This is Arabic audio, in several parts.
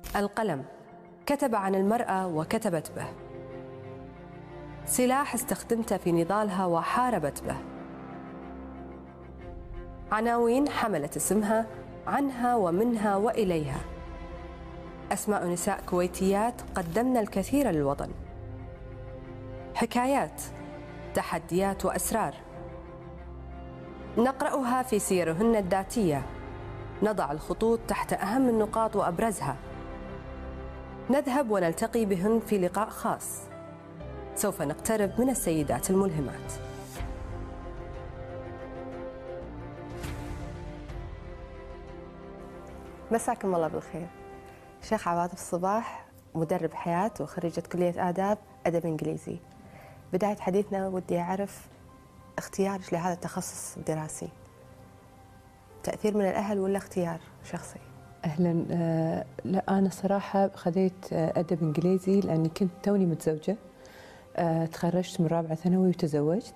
القلم كتب عن المرأة وكتبت به، سلاح استخدمته في نضالها وحاربت به، عناوين حملت اسمها عنها ومنها وإليها، أسماء نساء كويتيات قدمنا الكثير للوطن، حكايات، تحديات وأسرار نقرأها في سيرهن الذاتية، نضع الخطوط تحت أهم النقاط وأبرزها، نذهب ونلتقي بهن في لقاء خاص، سوف نقترب من السيدات الملهمات. مساكم الله بالخير. شيخ عواطف الصباح، مدرب حياة وخريجة كلية آداب أدب إنجليزي. بداية حديثنا ودي أعرف اختيارك لهذا التخصص الدراسي، تأثير من الأهل ولا اختيار شخصي؟ أهلا. لا، أنا صراحة خذيت أدب إنجليزي لأني كنت توني متزوجة. تخرجت من رابعة ثانوي وتزوجت،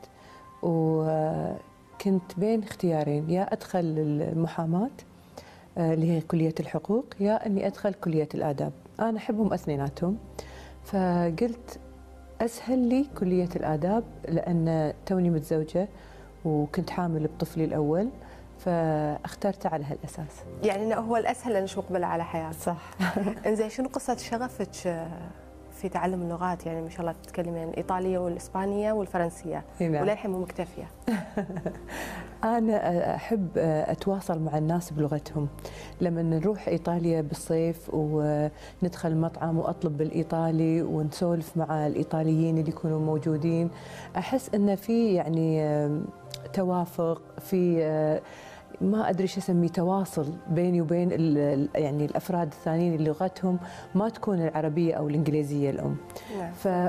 وكنت بين اختيارين، يا أدخل المحاماة اللي هي كلية الحقوق، يا أني أدخل كلية الآداب. أنا أحبهم اثنيناتهم، فقلت أسهل لي كلية الآداب لأن توني متزوجة وكنت حامل بطفلي الأول، فاخترت على هالأساس. يعني هو الأسهل لأنش مقبلة على حياة. صح. إنزين، شنو قصة شغفك في تعلم اللغات؟ يعني ما شاء الله تتكلمين الإيطالية والإسبانية والفرنسية، وللحين مو مكتفية. أنا أحب أتواصل مع الناس بلغتهم. لما نروح إيطاليا بالصيف وندخل مطعم وأطلب بالإيطالي ونسولف مع الإيطاليين اللي يكونوا موجودين، أحس أن في يعني توافق، في ما ادري شو اسميه، تواصل بيني وبين يعني الافراد الثانيين اللي لغتهم ما تكون العربيه او الانجليزيه الام. نعم.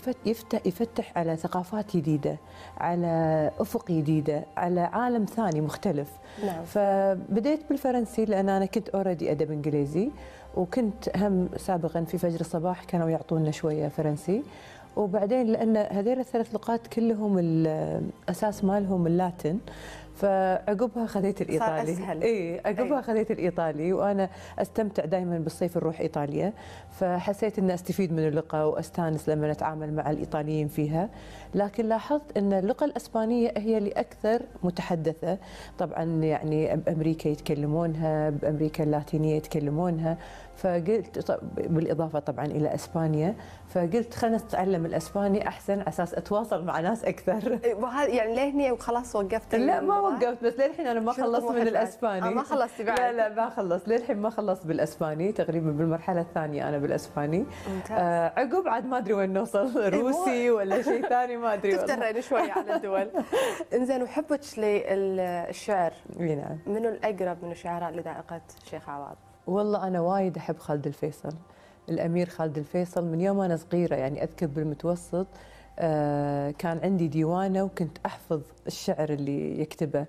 يفتح على ثقافات جديده، على افق جديده، على عالم ثاني مختلف. نعم. فبديت بالفرنسي لان انا كنت اوريدي ادب انجليزي، وكنت هم سابقا في فجر الصباح كانوا يعطونا شويه فرنسي، وبعدين لان هذول الثلاث لغات كلهم الاساس مالهم اللاتن، فعقبها خذيت الايطالي. صار اسهل. اي عقبها خذيت الايطالي، وانا استمتع دائما بالصيف نروح ايطاليا، فحسيت ان استفيد من اللغه واستانس لما نتعامل مع الايطاليين فيها. لكن لاحظت ان اللغه الاسبانيه هي اللي اكثر متحدثه، طبعا يعني بامريكا يتكلمونها، بامريكا اللاتينيه يتكلمونها، فقلت بالاضافه طبعا الى اسبانيا، فقلت خلينا نتعلم الاسباني احسن على اساس اتواصل مع ناس اكثر. وهذا يعني لهني وخلاص وقفت؟ لا ما وقفت، بس للحين انا ما خلصت من الاسباني. ما خلصتي بعد؟ لا ما خلصت، للحين ما خلصت بالاسباني، تقريبا بالمرحله الثانيه انا بالاسباني. ممتاز. عقب عاد ما ادري وين نوصل، روسي ولا شيء ثاني ما ادري. تفترين شوي على الدول. انزين، وحبك للشعر، نعم، منو الاقرب من الشعراء لذائقه الشيخ عواطف؟ والله انا وايد احب خالد الفيصل، الامير خالد الفيصل. من يوم انا صغيره يعني اذكر بالمتوسط كان عندي ديوانه وكنت احفظ الشعر اللي يكتبه،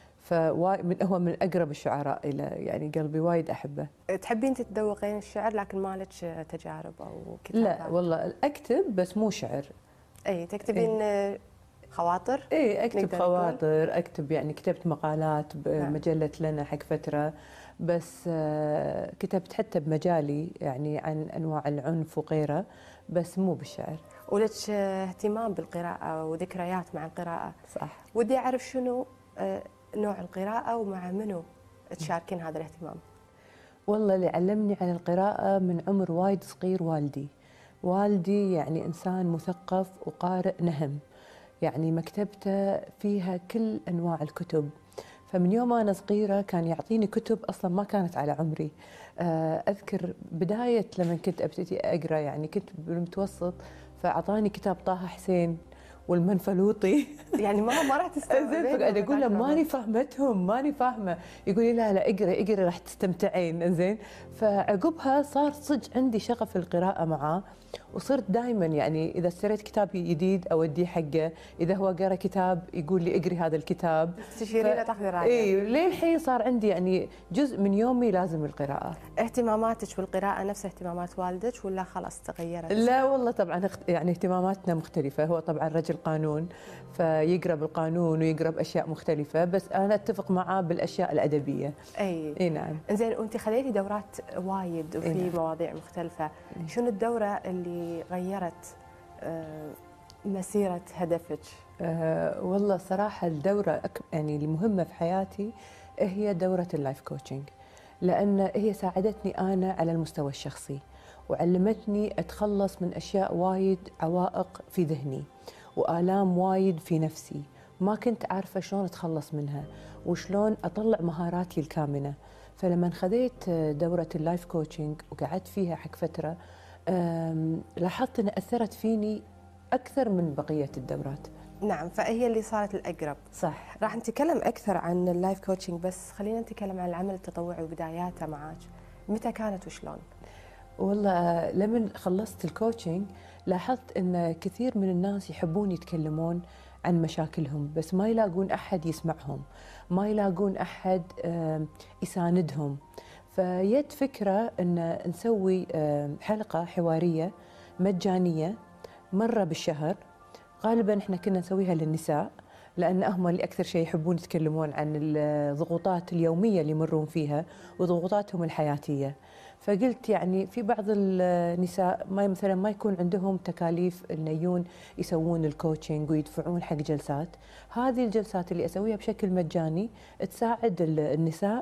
هو من اقرب الشعراء الى يعني قلبي، وايد احبه. تحبين تتذوقين الشعر لكن ما لك تجارب او كتابات؟ لا والله اكتب بس مو شعر. اي تكتبين خواطر؟ اي اكتب خواطر، اكتب يعني كتبت مقالات بمجله لنا حق فتره، بس كتبت حتى بمجالي يعني عن انواع العنف وغيره، بس مو بالشعر. ولك اهتمام بالقراءه وذكريات مع القراءه. صح. ودي اعرف شنو نوع القراءه ومع منو تشاركين هذا الاهتمام؟ والله اللي علمني عن القراءه من عمر وايد صغير والدي يعني انسان مثقف وقارئ نهم، يعني مكتبته فيها كل انواع الكتب، فمن يوم أنا صغيرة كان يعطيني كتب أصلا ما كانت على عمري. أذكر بداية لما كنت أبتدي أقرأ، يعني كنت بالمتوسط، فأعطاني كتاب طه حسين والمنفلوطي. يعني ما راح تستوعبين. فقاعد أقول له ماني فاهمتهم، ماني فاهمة. يقول لي لا اقرأي راح تستمتعين. إنزين، فعقبها صار صدق عندي شغف القراءة معاه، وصرت دائما يعني اذا اشتريت كتاب جديد اوديه حقه، اذا هو قرأ كتاب يقول لي اقري هذا الكتاب. تستشيرينه تاخذي رايه. اي للحين صار عندي يعني جزء من يومي لازم القراءه. اهتماماتك بالقراءه نفس اهتمامات والدك ولا خلاص تغيرت؟ لا والله طبعا يعني اهتماماتنا مختلفه، هو طبعا رجل قانون فيقرا بالقانون ويقرا باشياء مختلفه، بس انا اتفق معاه بالاشياء الادبيه. اي نعم. زين، وانت خذيتي دورات وايد وفي نعم. مواضيع مختلفه، شنو الدوره اللي غيرت مسيره هدفك؟ والله صراحه الدوره يعني المهمه في حياتي هي دوره اللايف كوتشنج، لان هي ساعدتني انا على المستوى الشخصي، وعلمتني اتخلص من اشياء وايد، عوائق في ذهني والام وايد في نفسي ما كنت عارفه شلون اتخلص منها وشلون اطلع مهاراتي الكامنه. فلما خذيت دوره اللايف كوتشنج وقعدت فيها حق فتره، لاحظت انها اثرت فيني اكثر من بقيه الدورات. نعم، فهي اللي صارت الأقرب. صح. راح نتكلم أكثر عن اللايف كوتشنج، بس خلينا نتكلم عن العمل التطوعي وبداياته معك. متى كانت وشلون؟ والله لما خلصت الكوتشنج لاحظت ان كثير من الناس يحبون يتكلمون عن مشاكلهم، بس ما يلاقون احد يسمعهم، ما يلاقون احد يساندهم. فجت فكره ان نسوي حلقه حواريه مجانيه مره بالشهر. غالبا احنا كنا نسويها للنساء، لان هم اللي اكثر شيء يحبون يتكلمون عن الضغوطات اليوميه اللي يمرون فيها وضغوطاتهم الحياتيه. فقلت يعني في بعض النساء ما مثلا ما يكون عندهم تكاليف انه يجون يسوون الكوتشنج ويدفعون حق جلسات، هذه الجلسات اللي اسويها بشكل مجاني تساعد النساء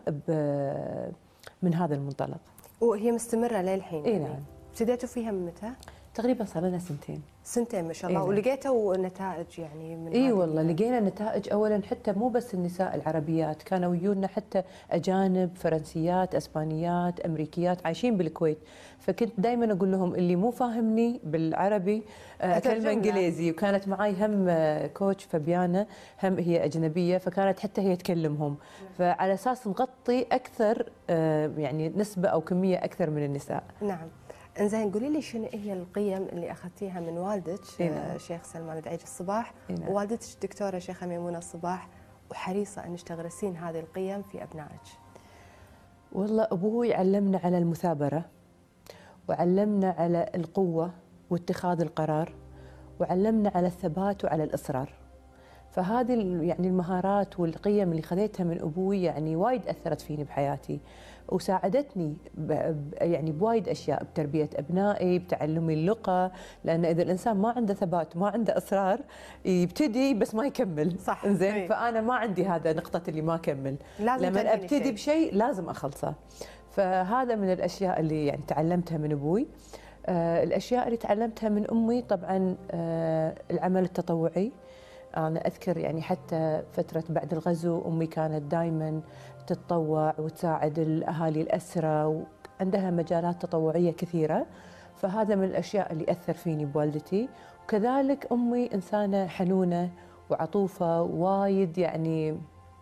من هذا المنطلق. وهي مستمره للحين؟ اي نعم. ابتديتوا فيها من متى؟ تقريبا صار لنا سنتين. سنتين ما شاء الله. ولقيتوا نتائج يعني من اي والله لقينا نتائج. اولا حتى مو بس النساء العربيات، كانوا يجونا حتى اجانب، فرنسيات، اسبانيات، امريكيات عايشين بالكويت. فكنت دائما اقول لهم اللي مو فاهمني بالعربي اكلمه انجليزي. وكانت معي هم كوتش فابيانا، هم هي اجنبيه، فكانت حتى هي تكلمهم، فعلى اساس نغطي اكثر يعني نسبه او كميه اكثر من النساء. نعم. انزين، قولي لي شنو هي القيم اللي اخذتيها من والدك إيه؟ شيخ سلمان دعيج الصباح، إيه؟ ووالدتك الدكتوره شيخه ميمونه الصباح، وحريصه انك تغرسين هذه القيم في ابنائك؟ والله ابوي علمنا على المثابره، وعلمنا على القوه واتخاذ القرار، وعلمنا على الثبات وعلى الاصرار. فهذه يعني المهارات والقيم اللي خذيتها من ابوي يعني وايد اثرت فيني بحياتي، وساعدتني يعني بوايد اشياء، بتربيه ابنائي، بتعلمي اللغه، لان اذا الانسان ما عنده ثبات وما عنده اصرار يبتدي بس ما يكمل. صح. زين. فانا ما عندي هذا نقطه اللي ما اكمل، لما ابتدي بشيء لازم اخلصه. فهذا من الاشياء اللي يعني تعلمتها من ابوي. الاشياء اللي تعلمتها من امي طبعا العمل التطوعي. أنا أذكر يعني حتى فترة بعد الغزو أمي كانت دائما تتطوع وتساعد الأهالي الأسرى، وعندها مجالات تطوعية كثيرة. فهذا من الأشياء اللي أثر فيني بوالدتي. وكذلك أمي إنسانة حنونة وعطوفة وايد، يعني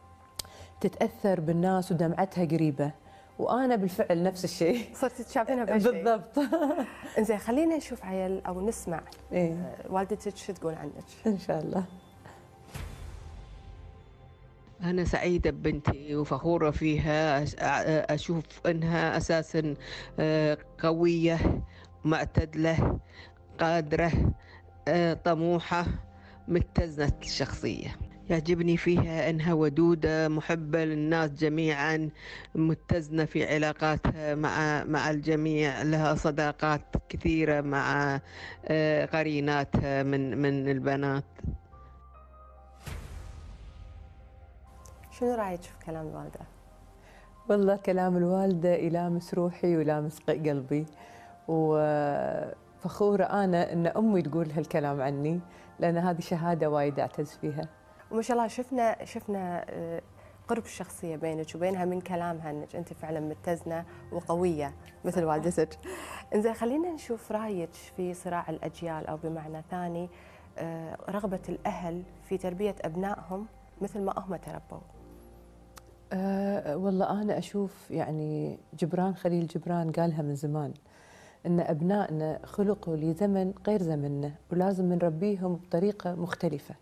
تتأثر بالناس ودمعتها قريبة، وأنا بالفعل نفس الشيء. صرتي تشافينها بهالشيء؟ بالضبط. إنزين، خلينا نشوف عيل أو نسمع والدتك شو تقول عنك. إن شاء الله. أنا سعيدة ببنتي وفخورة فيها. أشوف أنها أساساً قوية، معتدلة، قادرة، طموحة، متزنة الشخصية. يعجبني فيها أنها ودودة، محبة للناس جميعاً، متزنة في علاقاتها مع الجميع، لها صداقات كثيرة مع قريناتها من البنات. شنو رايك في كلام الوالده؟ والله كلام الوالده يلامس روحي ويلامس قلبي، وفخوره انا ان امي تقول هالكلام عني، لان هذه شهاده وايد اعتز فيها. وما شاء الله شفنا قرب الشخصيه بينك وبينها من كلامها، انك انت فعلا متزنه وقويه مثل والدتك. انزين، خلينا نشوف رايك في صراع الاجيال، او بمعنى ثاني رغبه الاهل في تربيه ابنائهم مثل ما هم تربوا. والله أنا أشوف يعني جبران خليل جبران قالها من زمان، أن أبنائنا خلقوا لزمن غير زمننا ولازم نربيهم بطريقة مختلفة.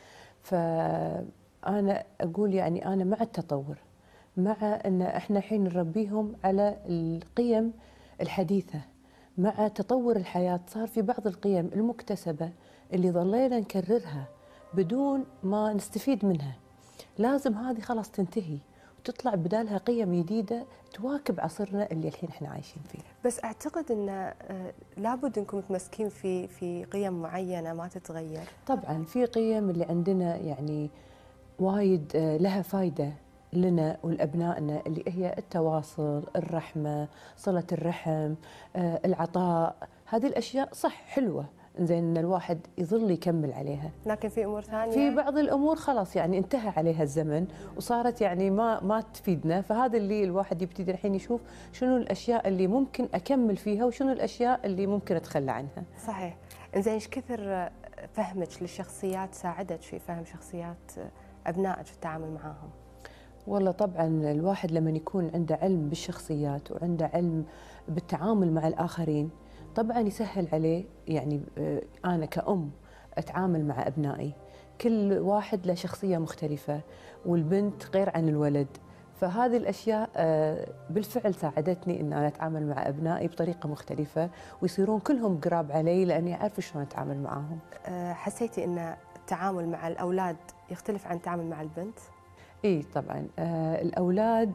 فأنا أقول يعني أنا مع التطور، مع أن إحنا الحين نربيهم على القيم الحديثة. مع تطور الحياة صار في بعض القيم المكتسبة اللي ظلينا نكررها بدون ما نستفيد منها، لازم هذه خلاص تنتهي وتطلع بدالها قيم جديدة تواكب عصرنا اللي الحين احنا عايشين فيه. بس اعتقد ان لابد انكم متمسكين في قيم معينه ما تتغير. طبعا في قيم اللي عندنا يعني وايد لها فايدة لنا ولأبنائنا، اللي هي التواصل، الرحمة، صلة الرحم، العطاء. هذه الأشياء صح حلوة، زين ان الواحد يظل يكمل عليها. لكن في امور ثانيه، في بعض الامور خلاص يعني انتهى عليها الزمن وصارت يعني ما تفيدنا. فهذا اللي الواحد يبتدي الحين يشوف شنو الاشياء اللي ممكن اكمل فيها وشنو الاشياء اللي ممكن اتخلى عنها. صحيح. انزين ايش كثر فهمك للشخصيات ساعدك في فهم شخصيات ابنائك في التعامل معاهم؟ والله طبعا الواحد لما يكون عنده علم بالشخصيات وعنده علم بالتعامل مع الآخرين طبعا يسهل عليه. يعني أنا كأم أتعامل مع أبنائي، كل واحد له شخصية مختلفة والبنت غير عن الولد. فهذه الأشياء بالفعل ساعدتني أن أنا أتعامل مع أبنائي بطريقة مختلفة ويصيرون كلهم قراب علي لأني أعرف شلون أتعامل معاهم. حسيتي أن التعامل مع الأولاد يختلف عن التعامل مع البنت؟ إيه طبعا. الأولاد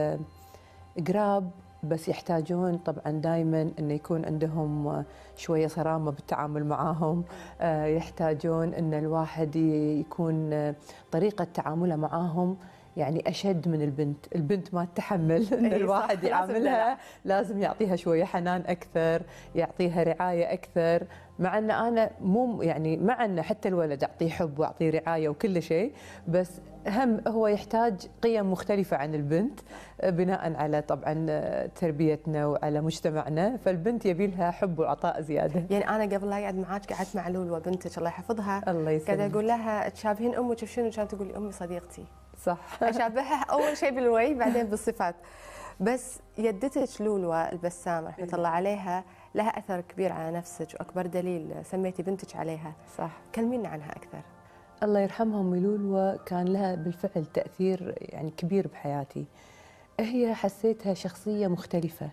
قراب بس يحتاجون طبعا دائما أن يكون عندهم شوية صرامة بالتعامل معاهم. يحتاجون أن الواحد يكون طريقة تعامله معاهم يعني أشد من البنت ما تتحمل أن الواحد يعاملها، لازم يعطيها شوية حنان أكثر، يعطيها رعاية أكثر. مع أن أنا مو يعني مع أن حتى الولد أعطيه حب وأعطيه رعاية وكل شيء، بس هم هو يحتاج قيم مختلفة عن البنت بناء على طبعا تربيتنا وعلى مجتمعنا. فالبنت يبي لها حب وعطاء زيادة. يعني أنا قبل لا أقعد معاك قعدت مع لولو بنتك الله يحفظها، الله يسلمك، قاعدة أقول لها تشابهين أمك بشنو؟ كانت تقول لي أمي صديقتي. صح. أشابهها أول شيء بالوجه بعدين بالصفات. بس يدتك لولو البسام رحمة الله عليها لها أثر كبير على نفسك، وأكبر دليل سميتي بنتك عليها. صح. كلمينا عنها أكثر. الله يرحمها أم لولو، كان لها بالفعل تأثير يعني كبير بحياتي. هي حسيتها شخصية مختلفة،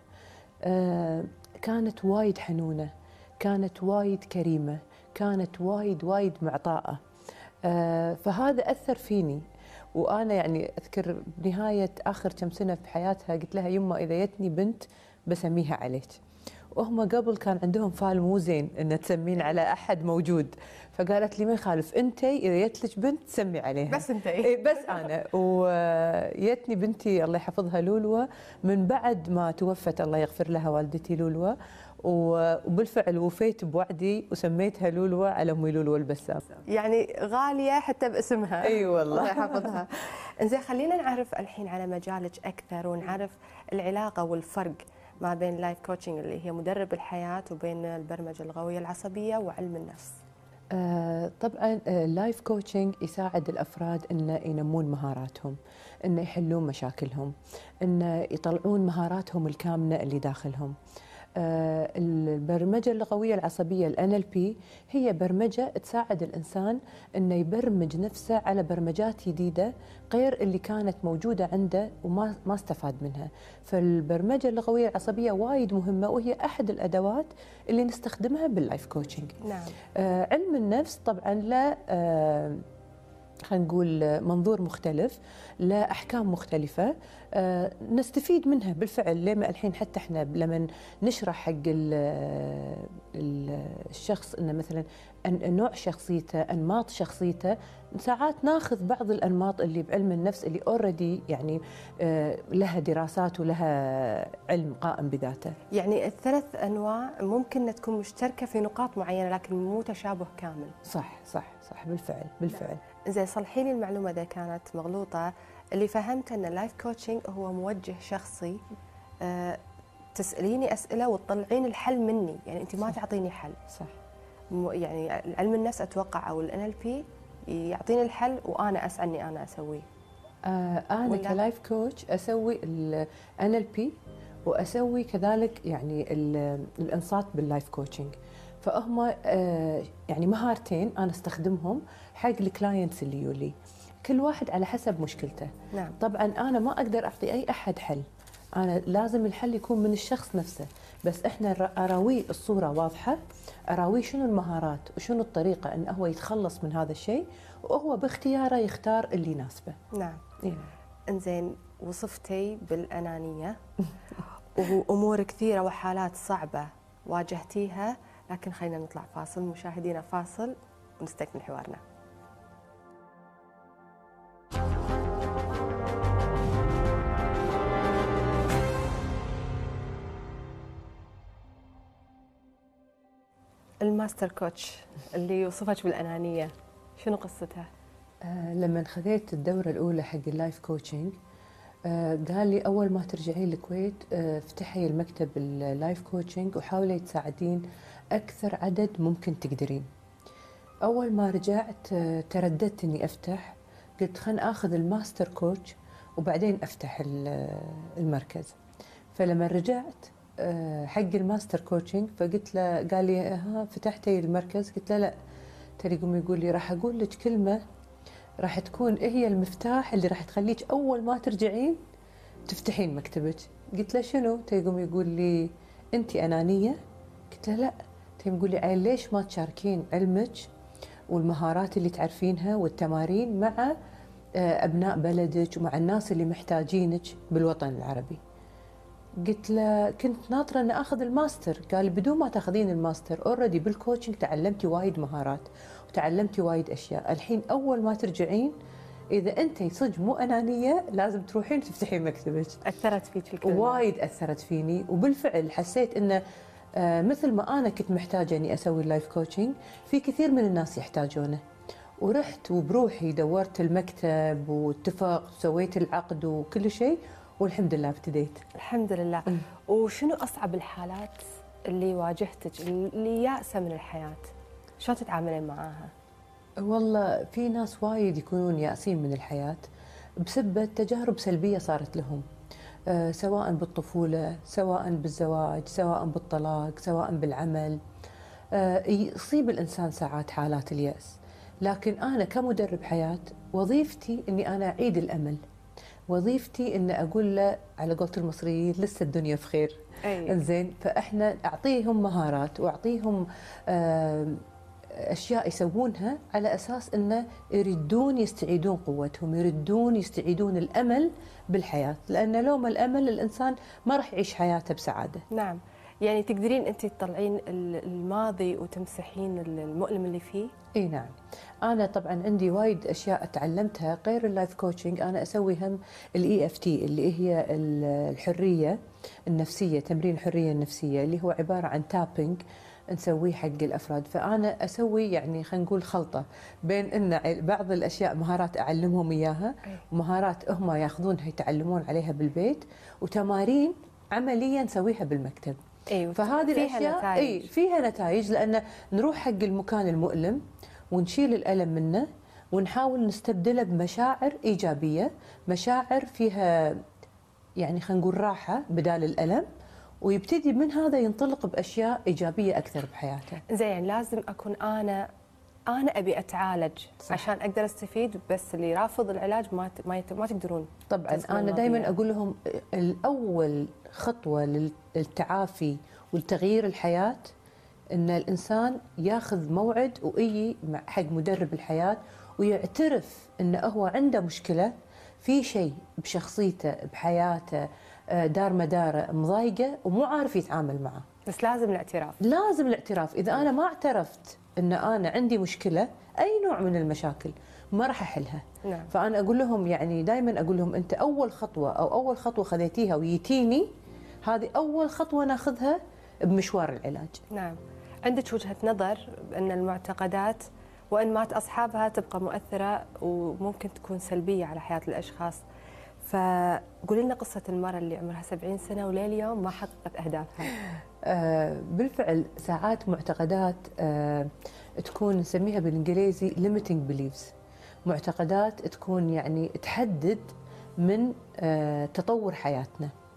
كانت وايد حنونة، كانت وايد كريمة، كانت وايد معطاءة. فهذا أثر فيني. وأنا يعني أذكر بنهاية آخر كم سنة في حياتها قلت لها يمه إذا جتني بنت بسميها عليك. وهم قبل كان عندهم فال مو زين ان تسمين على احد موجود، فقالت لي ما يخالف انتي اذا جت لك بنت سمي عليها بس انتي. بس انا. ويتني بنتي الله يحفظها لولو من بعد ما توفت الله يغفر لها والدتي لولو، وبالفعل وفيت بوعدي وسميتها لولو على امي لولو البسام. يعني غاليه حتى باسمها. اي والله الله يحفظها. انزين خلينا نعرف الحين على مجالك اكثر ونعرف العلاقه والفرق ما بين اللايف كوتشنج اللي هي مدرب الحياة وبين البرمجة اللغوية العصبية وعلم النفس. طبعا اللايف كوتشنج يساعد الأفراد أن ينمون مهاراتهم، أن يحلون مشاكلهم، أن يطلعون مهاراتهم الكامنة اللي داخلهم. البرمجة اللغوية العصبية ال NLP هي برمجة تساعد الإنسان أنه يبرمج نفسه على برمجات جديدة غير اللي كانت موجودة عنده وما استفاد منها. فالبرمجة اللغوية العصبية وايد مهمة وهي أحد الأدوات اللي نستخدمها باللايف كوتشنج. نعم. علم النفس طبعا لا خلينا نقول منظور مختلف، لا أحكام مختلفة نستفيد منها بالفعل. لما الحين حتى احنا لما نشرح حق الشخص انه مثلا نوع شخصيته، انماط شخصيته، ساعات ناخذ بعض الانماط اللي بعلم النفس اللي اوريدي يعني لها دراسات ولها علم قائم بذاته. يعني الثلاث انواع ممكن تكون مشتركه في نقاط معينه لكن مو تشابه كامل. صح بالفعل. زين صلحي لي المعلومه اذا كانت مغلوطه. اللي فهمت ان اللايف كوتشنج هو موجه شخصي، تساليني اسئله وتطلعين الحل مني، يعني انت ما تعطيني حل. صح. يعني علم النفس اتوقع او ال NLP يعطيني الحل وانا اسعى اني انا اسويه. انا كلايف كوتش اسوي ال NLP واسوي كذلك يعني الانصات باللايف كوتشنج. فهم يعني مهارتين انا استخدمهم حق الكلاينتس اللي يولي، كل واحد على حسب مشكلته. نعم. طبعا انا ما اقدر اعطي اي احد حل، انا لازم الحل يكون من الشخص نفسه، بس احنا اراويه الصوره واضحه، اراويه شنو المهارات وشنو الطريقه انه هو يتخلص من هذا الشيء، وهو باختياره يختار اللي يناسبه. نعم. إيه. انزين، وصفتي بالانانيه وامور كثيره وحالات صعبه واجهتيها، لكن خلينا نطلع فاصل، مشاهدينا فاصل ونستكمل حوارنا. الماستر كوتش اللي وصفك بالانانيه، شنو قصتها؟ لما خذيت الدوره الاولى حق اللايف كوتشنج، قال لي اول ما ترجعين الكويت افتحي المكتب اللايف كوتشنج وحاولي تساعدين اكثر عدد ممكن تقدرين. اول ما رجعت ترددت اني افتح، قلت خلنا اخذ الماستر كوتش وبعدين افتح المركز. فلما رجعت حق الماستر كوتشنج فقلت له، قال لي ها فتحتي المركز؟ قلت له لا. ترى يقول لي راح اقول لك كلمه راح تكون هي المفتاح اللي راح تخليك اول ما ترجعين تفتحين مكتبك. قلت له شنو؟ يقول لي انت انانيه؟ قلت له لا. يقول لي ليش ما تشاركين علمك والمهارات اللي تعرفينها والتمارين مع ابناء بلدك ومع الناس اللي محتاجينك بالوطن العربي؟ قلت له كنت ناطره ان اخذ الماستر. قال بدون ما تاخذين الماستر اوريدي بالكوتشنج تعلمتي وايد مهارات وتعلمتي وايد اشياء، الحين اول ما ترجعين اذا انت صدق مو انانيه لازم تروحين تفتحين مكتبك. اثرت فيك الكلمه؟ وايد اثرت فيني، وبالفعل حسيت انه مثل ما انا كنت محتاجه اني اسوي اللايف كوتشنج في كثير من الناس يحتاجونه. ورحت وبروحي دورت المكتب واتفق وسويت العقد وكل شيء، والحمد لله ابتديت. الحمد لله. وشنو اصعب الحالات اللي واجهتك، اللي يائسه من الحياه، شلون تتعاملين معاها؟ والله في ناس وايد يكونون يائسين من الحياه بسبب تجارب سلبيه صارت لهم، سواء بالطفوله، سواء بالزواج، سواء بالطلاق، سواء بالعمل. يصيب الانسان ساعات حالات الياس، لكن انا كمدرب حياه وظيفتي اني انا اعيد الامل. وظيفتي ان اقول له على قولة المصريين لسه الدنيا بخير. انزين، فاحنا اعطيهم مهارات واعطيهم اشياء يسوونها على اساس انه يردون يستعيدون قوتهم، يردون يستعيدون الامل بالحياه، لان لو ما الامل الانسان ما راح يعيش حياته بسعاده. نعم. يعني تقدرين انت تطلعين الماضي وتمسحين المؤلم اللي فيه؟ اي نعم. انا طبعا عندي وايد اشياء اتعلمتها غير اللايف كوتشنج، انا اسوي هم الاي اف تي اللي هي الحريه النفسيه، تمرين الحريه النفسيه اللي هو عباره عن تابينج نسويه حق الافراد. فانا اسوي يعني خلينا نقول خلطه بين ان بعض الاشياء مهارات اعلمهم اياها، ومهارات هم ياخذونها يتعلمون عليها بالبيت، وتمارين عمليه نسويها بالمكتب. أيوة. فهذه الاشياء فيها نتائج، لان نروح حق المكان المؤلم ونشيل الالم منه ونحاول نستبدله بمشاعر ايجابيه، مشاعر فيها يعني خلينا نقول راحه بدال الالم، ويبتدي من هذا ينطلق باشياء ايجابيه اكثر بحياته. زين، لازم اكون انا ابي اتعالج صح. عشان اقدر استفيد، بس اللي رافض العلاج ما تقدرون. طبعا انا دائما اقول لهم الاول خطوه للتعافي ولتغيير الحياه ان الانسان ياخذ موعد ويجي حق مدرب الحياه ويعترف انه هو عنده مشكله في شيء بشخصيته بحياته، دار مداره مضايقه ومو عارف يتعامل معه. بس لازم الاعتراف. لازم الاعتراف. اذا انا ما اعترفت ان انا عندي مشكله اي نوع من المشاكل ما راح احلها. نعم. فانا اقول لهم يعني دائما اقول لهم انت اول خطوه خذيتيها ويتيني، هذه اول خطوه ناخذها بمشوار العلاج. نعم. عندك وجهه نظر ان المعتقدات وان مات اصحابها تبقى مؤثره وممكن تكون سلبيه على حياه الاشخاص، فقولي لنا قصه المراه اللي عمرها 70 سنه ولليوم ما حققت اهدافها. بالفعل ساعات معتقدات تكون نسميها بالانجليزي limiting beliefs، معتقدات تكون يعني تحدد من تطور حياتنا.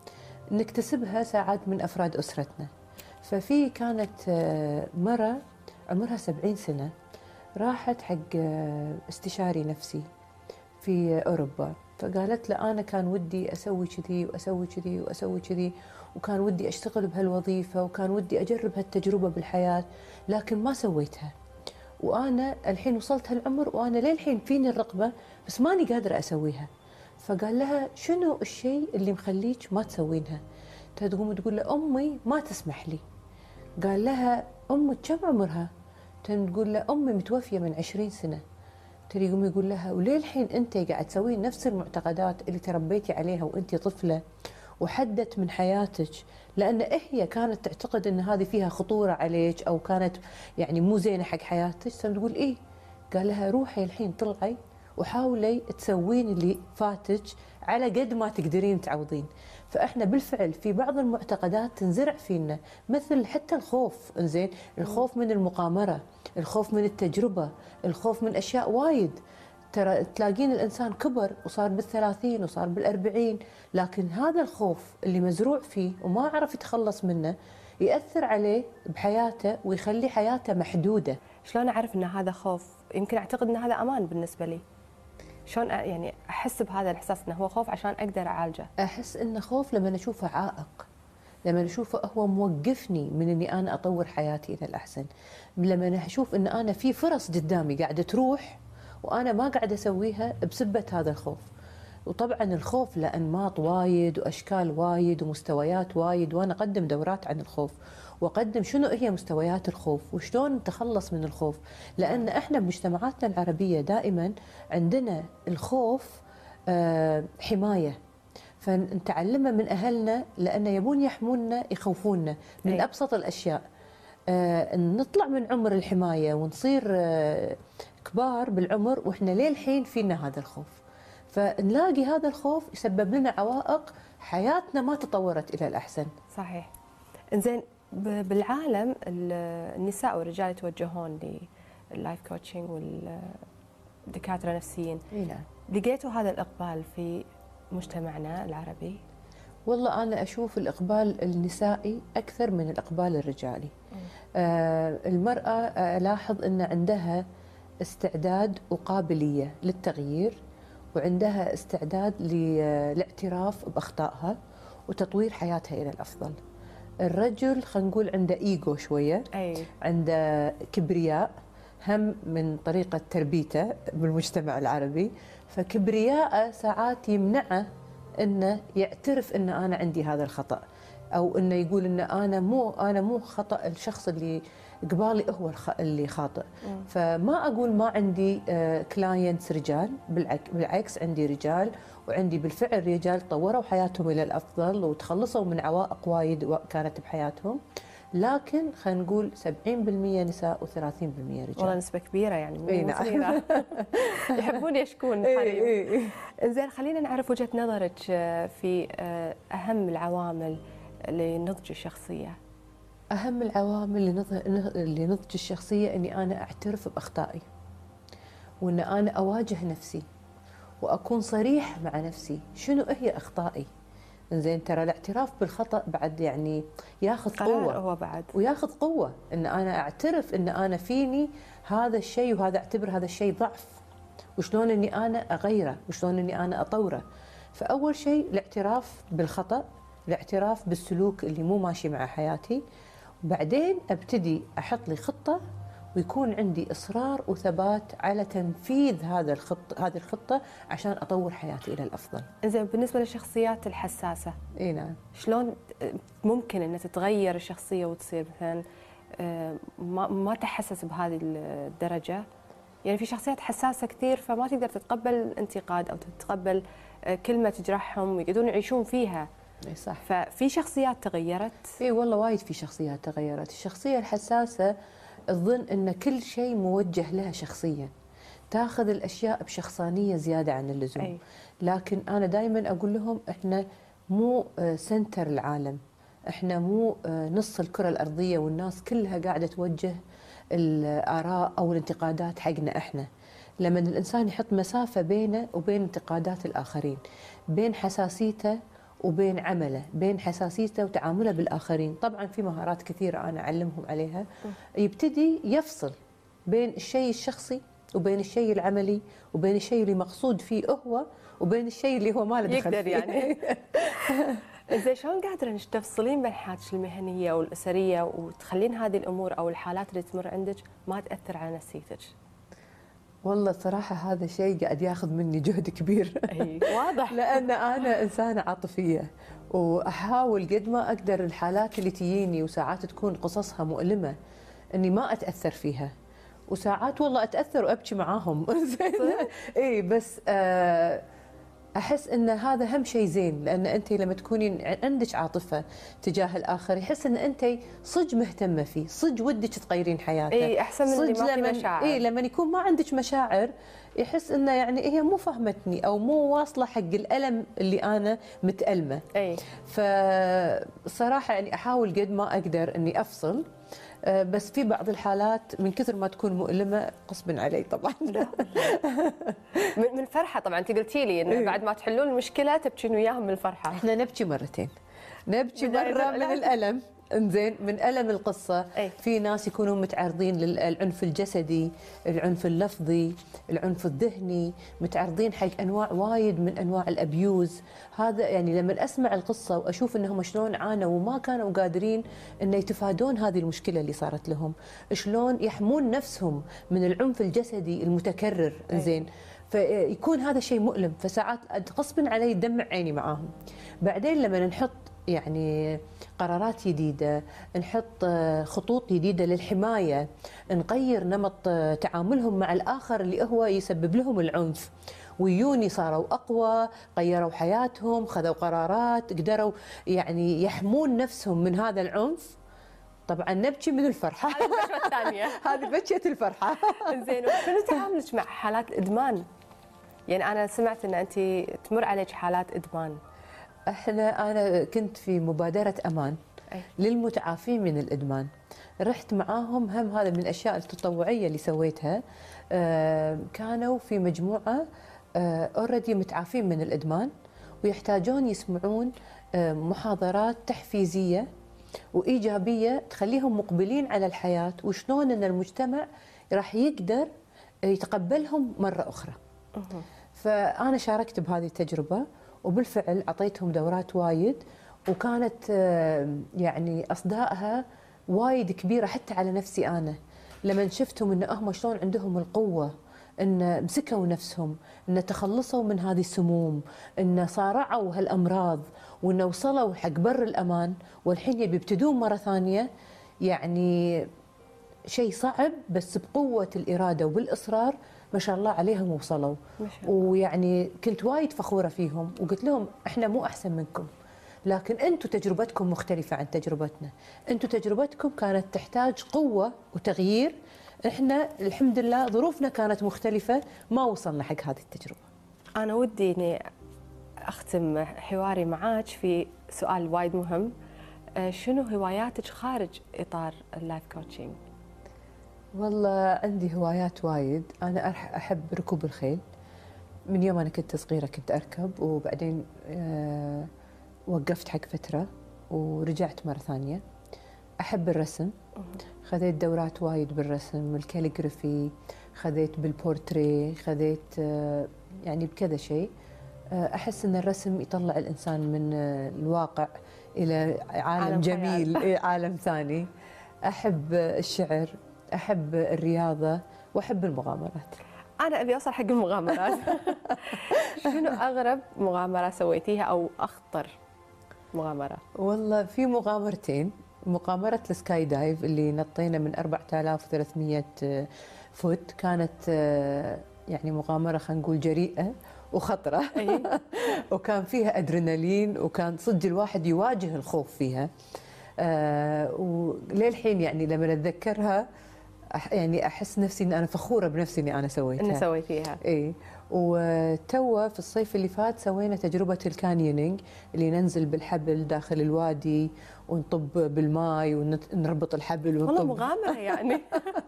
نكتسبها ساعات من أفراد أسرتنا. ففي كانت مرة عمرها 70 سنة راحت حق استشاري نفسي في أوروبا، فقالت له أنا كان ودي أسوي كذي وأسوي كذي وأسوي كذي، وكان ودي أشتغل بهالوظيفة، وكان ودي أجرب هالتجربة بالحياة، لكن ما سويتها. وأنا الحين وصلت هالعمر وأنا للحين فيني الرغبة بس ماني قادرة أسويها. فقال لها شنو الشيء اللي مخليك ما تسوينها؟ تقوم تقول له أمي ما تسمح لي. قال لها أمك كم عمرها؟ تقول له أمي متوفية من 20 سنة. يقوم يقول لها وليه الحين أنت قاعد تسوين نفس المعتقدات اللي تربيتي عليها وأنت طفلة وحدت من حياتك؟ لأن هي كانت تعتقد أن هذه فيها خطورة عليك أو كانت يعني مو زينة حق حياتك. تقول إيه؟ قال لها روحي الحين طلعي وحاولي تسوين اللي فاتك على قد ما تقدرين تعوضين. فاحنا بالفعل في بعض المعتقدات تنزرع فينا، مثل حتى الخوف. انزين، الخوف من المقامره، الخوف من التجربه، الخوف من اشياء وايد. ترى تلاقين الانسان كبر وصار بال30 وصار بال40، لكن هذا الخوف اللي مزروع فيه وما عرف يتخلص منه ياثر عليه بحياته ويخلي حياته محدوده. شلون اعرف ان هذا خوف؟ يمكن اعتقد ان هذا امان بالنسبه لي. شلون يعني احس بهذا الاحساس انه هو خوف عشان اقدر اعالجه؟ احس انه خوف لما اشوفه عائق، لما اشوفه هو موقفني من اني انا اطور حياتي الى الاحسن، لما اشوف ان انا في فرص قدامي قاعده تروح وانا ما قاعده اسويها بسبه هذا الخوف. وطبعا الخوف له انماط وايد واشكال وايد ومستويات وايد، وانا اقدم دورات عن الخوف واقدم شنو هي مستويات الخوف وشلون نتخلص من الخوف. لان احنا بمجتمعاتنا العربيه دائما عندنا الخوف حمايه، فنتعلمه من اهلنا لان يبون يحمونا يخوفونا من ابسط الاشياء. نطلع من عمر الحمايه ونصير كبار بالعمر واحنا للحين فينا هذا الخوف، فنلاقي هذا الخوف يسبب لنا عوائق، حياتنا ما تطورت الى الاحسن. صحيح. انزين، بالعالم النساء والرجال يتوجهون لللايف كوتشنج والدكاتره نفسيين. نعم. لقيتوا هذا الاقبال في مجتمعنا العربي؟ والله انا اشوف الاقبال النسائي اكثر من الاقبال الرجالي. المراه الاحظ ان عندها استعداد وقابليه للتغيير، وعندها استعداد للاعتراف باخطائها وتطوير حياتها الى الافضل. الرجل خلينا نقول عنده ايجو شويه، عنده كبرياء، هم من طريقه تربيته بالمجتمع العربي، فكبرياءه ساعات يمنعه انه يعترف ان انا عندي هذا الخطا، او انه يقول ان انا مو خطا الشخص اللي قبالي هو اللي خاطئ. فما اقول ما عندي كلاينتس رجال، بالعكس عندي رجال، وعندي بالفعل رجال طوروا حياتهم الى الافضل وتخلصوا من عوائق وايد كانت بحياتهم، لكن خلينا نقول 70% نساء و30% رجال. والله نسبة كبيرة يعني. اي نعم. يحبون يشكون الحريم. انزين، خلينا نعرف وجهة نظرك في أهم العوامل لنضج الشخصية. أهم العوامل لنضج الشخصية إني أنا أعترف بأخطائي، وإن أنا أواجه نفسي وأكون صريح مع نفسي شنو هي أخطائي. زين، ترى الاعتراف بالخطأ بعد يعني ياخذ قوة، هو بعد وياخذ قوة إن أنا أعترف إن أنا فيني هذا الشيء، وهذا أعتبر هذا الشيء ضعف، وشلون إني أنا أغيره وشلون إني أنا أطوره. فأول شيء الاعتراف بالخطأ، الاعتراف بالسلوك اللي مو ماشي مع حياتي، وبعدين ابتدي احط لي خطه ويكون عندي اصرار وثبات على تنفيذ هذه الخطه عشان اطور حياتي الى الافضل. زين، بالنسبه للشخصيات الحساسه، اي نعم، شلون ممكن ان تتغير الشخصيه وتصير مثلا ما تحسس بهذه الدرجه؟ يعني في شخصيات حساسه كثير فما تقدر تتقبل الانتقاد او تتقبل كلمه تجرحهم ويقعدون يعيشون فيها. اي صح. ففي شخصيات تغيرت؟ اي والله وايد في شخصيات تغيرت. الشخصيه الحساسه تظن ان كل شيء موجه لها شخصيا، تاخذ الاشياء بشخصانيه زياده عن اللزوم. لكن انا دائما اقول لهم احنا مو سنتر العالم، احنا مو نص الكره الارضيه والناس كلها قاعده توجه الاراء او الانتقادات حقنا احنا. لما الانسان يحط مسافه بينه وبين انتقادات الاخرين، بين حساسيته وبين عمله، بين حساسيته وتعامله بالآخرين. طبعا في مهارات كثيرة أنا أعلمهم عليها. يبتدي يفصل بين الشيء الشخصي وبين الشيء العملي وبين الشيء اللي مقصود فيه هو وبين الشيء اللي هو ما له دخل يقدر فيه. يعني. زين شلون قادرة انك تفصلين بين حياتك المهنية والأسرية وتخلين هذه الأمور أو الحالات اللي تمر عندك ما تأثر على نفسيتك؟ والله الصراحة هذا شيء قاعد ياخذ مني جهد كبير. اي واضح. لأن أنا إنسانة عاطفية وأحاول قد ما أقدر الحالات اللي تجيني وساعات تكون قصصها مؤلمة إني ما أتأثر فيها، وساعات والله أتأثر وأبكي معاهم. إي بس أحس أن هذا أهم شيء زين، لأن أنت لما تكونين عندك عاطفة تجاه الآخر يحس أن أنت صج مهتمة فيه، صج ودك تغيرين حياته. اي احسن من اللي ما في مشاعر. اي لما يكون ما عندك مشاعر يحس انه يعني هي مو فهمتني او مو واصله حق الالم اللي انا متألمه. اي فصراحه يعني احاول قد ما اقدر اني افصل، بس في بعض الحالات من كثر ما تكون مؤلمه غصبا علي طبعا. من فرحة طبعا. انت قلتي لي انه بعد ما تحلون المشكلة تبكين وياهم من الفرحة. احنا نبكي مرتين، نبكي بداية مره من الألم. الالم، انزين من ألم القصة. أي. في ناس يكونوا متعرضين للعنف الجسدي، العنف اللفظي، العنف الذهني، متعرضين حق أنواع وايد من أنواع الأبيوز. هذا يعني لما أسمع القصة وأشوف أنهم شلون عانوا وما كانوا قادرين أن يتفادون هذه المشكلة اللي صارت لهم، شلون يحمون نفسهم من العنف الجسدي المتكرر، انزين فيكون هذا شيء مؤلم. فساعات غصبا علي دمع عيني معاهم. بعدين لما نحط يعني قرارات جديدة، نحط خطوط جديدة للحماية، نغير نمط تعاملهم مع الآخر اللي هو يسبب لهم العنف، ويوني صاروا أقوى، غيروا حياتهم، خذوا قرارات، قدروا يعني يحمون نفسهم من هذا العنف. طبعا نبكي من الفرحة. هذه البشرة الثانية. هذه بكية الفرحة. زين شنو تعاملك مع حالات الإدمان؟ يعني أنا سمعت أن أنت تمر عليك حالات إدمان. أنا كنت في مبادرة أمان أي. للمتعافين من الإدمان. رحت معاهم، هم هذا من الأشياء التطوعية اللي سويتها. كانوا في مجموعة اوريدي متعافين من الإدمان ويحتاجون يسمعون محاضرات تحفيزية وإيجابية تخليهم مقبلين على الحياة، وشلون أن المجتمع راح يقدر يتقبلهم مرة أخرى. فأنا شاركت بهذه التجربة وبالفعل أعطيتهم دورات وايد، وكانت يعني أصداءها وايد كبيرة حتى على نفسي أنا، لما شفتهم إن هم شلون عندهم القوة إن مسكوا نفسهم، إن تخلصوا من هذه السموم، إن صارعوا هالأمراض، وإن وصلوا حق بر الأمان، والحين يبتدون مرة ثانية. يعني شيء صعب بس بقوة الإرادة وبالإصرار ما شاء الله عليهم وصلوا. ويعني كنت وايد فخورة فيهم وقلت لهم احنا مو أحسن منكم، لكن أنتم تجربتكم مختلفة عن تجربتنا، أنتم تجربتكم كانت تحتاج قوة وتغيير، احنا الحمد لله ظروفنا كانت مختلفة ما وصلنا حق هذه التجربة. أنا ودي إني أختم حواري معاك في سؤال وايد مهم. شنو هواياتك خارج إطار اللايف كوتشنج؟ والله عندي هوايات وايد. أنا أحب ركوب الخيل، من يوم أنا كنت صغيرة كنت أركب، وبعدين وقفت حق فترة ورجعت مرة ثانية. أحب الرسم، خذيت دورات وايد بالرسم، الكاليغرافي، خذيت بالبورتري، خذيت يعني بكذا شيء. أحس أن الرسم يطلع الإنسان من الواقع إلى عالم جميل، عالم ثاني. أحب الشعر، أحب الرياضة، وأحب المغامرات. أنا أبي أوصل حق المغامرات. شنو أغرب مغامرة سويتيها أو أخطر مغامرة؟ والله في مغامرتين. مغامرة السكاي دايف اللي نطينا من 4300 فوت، كانت يعني مغامرة خلينا نقول جريئة وخطرة. وكان فيها أدرينالين، وكان صدق الواحد يواجه الخوف فيها. وللحين يعني لما أتذكرها يعني أحس نفسي إن أنا فخورة بنفسي إني أنا سويتها. إني سويتيها. إيه. وتوا في الصيف اللي فات سوينا تجربة الكانيونينج اللي ننزل بالحبل داخل الوادي ونطب بالماي ونربط الحبل ونطب. والله مغامرة يعني.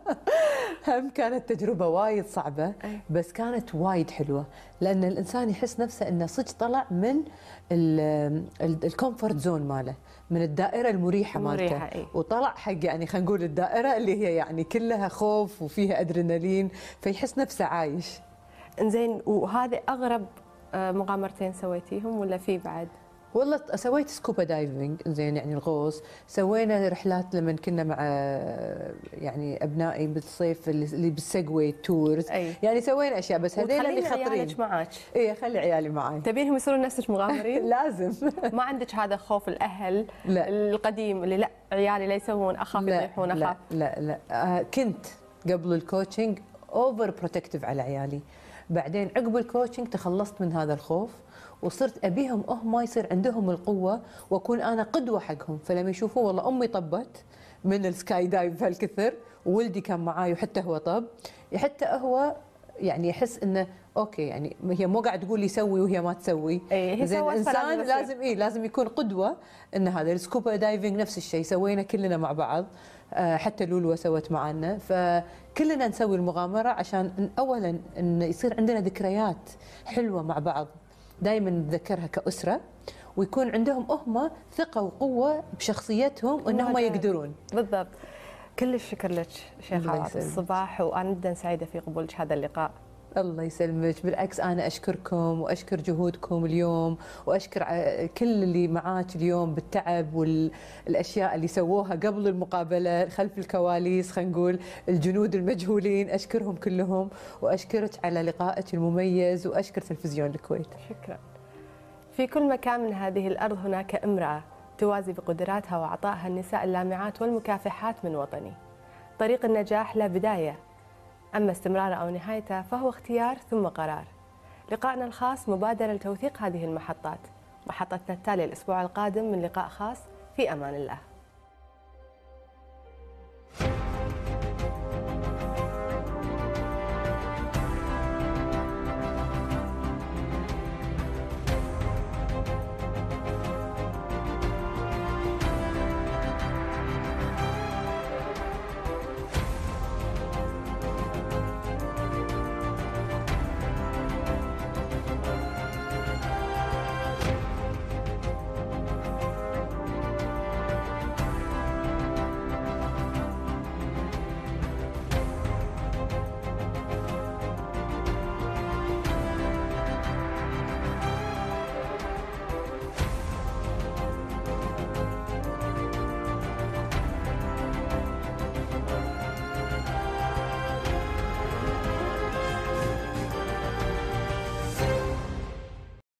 هم كانت تجربة وايد صعبة بس كانت وايد حلوة، لأن الإنسان يحس نفسه إنه صدق طلع من الكومفورت زون ماله، من الدائرة المريحة مالته، وطلع حق يعني خلينا نقول الدائرة اللي هي يعني كلها خوف وفيها أدرينالين، فيحس نفسه عايش. انزين، وهذه أغرب مغامرتين سويتيهم ولا في بعد؟ والله سويت سكوبا دايفنج، زين يعني الغوص، سوينا رحلات لما كنا مع يعني ابنائي بالصيف اللي بالسيجواي تورز، يعني سوينا اشياء، بس هذول اللي خطرين. معاك؟ اي خلي عيالي معي. تبينهم يصيرون نفسك مغامرين؟ لازم. ما عندك هذا خوف الاهل لا. القديم اللي لا عيالي لا يسوون، اخاف يطيحون، اخاف؟ لا كنت قبل الكوتشنج اوفر بروتكتيف على عيالي، بعدين عقب الكوتشنج تخلصت من هذا الخوف وصرت ابيهم هم ما يصير عندهم القوه واكون انا قدوه حقهم، فلما يشوفوا والله امي طبت من السكاي دايف هالكثر وولدي كان معاي وحتى هو طب، حتى هو يعني يحس انه اوكي، يعني هي مو قاعد تقول لي سوي وهي ما تسوي. زين الانسان لازم يكون قدوه. ان هذا السكوبا دايفنج نفس الشيء سوينا كلنا مع بعض، حتى لولو سوت معنا، فكلنا نسوي المغامره عشان اولا ان يصير عندنا ذكريات حلوه مع بعض دائما نتذكرها كأسرة، ويكون عندهم هم ثقة وقوة بشخصيتهم انهم يقدرون. بالضبط. كل الشكر لك شيخ عواطف الصباح، وانا جدا سعيدة في قبولك هذا اللقاء. الله يسلمك، بالعكس انا اشكركم واشكر جهودكم اليوم، واشكر كل اللي معاك اليوم بالتعب والاشياء اللي سووها قبل المقابله خلف الكواليس، خلينا نقول الجنود المجهولين، اشكرهم كلهم، واشكرك على لقائك المميز، واشكر تلفزيون الكويت. شكرا. في كل مكان من هذه الارض هناك امراه توازي بقدراتها وعطائها النساء اللامعات والمكافحات من وطني. طريق النجاح لا بدايه، أما استمراره أو نهايته فهو اختيار ثم قرار. لقائنا الخاص مبادرة لتوثيق هذه المحطات. محطتنا التالية الأسبوع القادم من لقاء خاص. في أمان الله.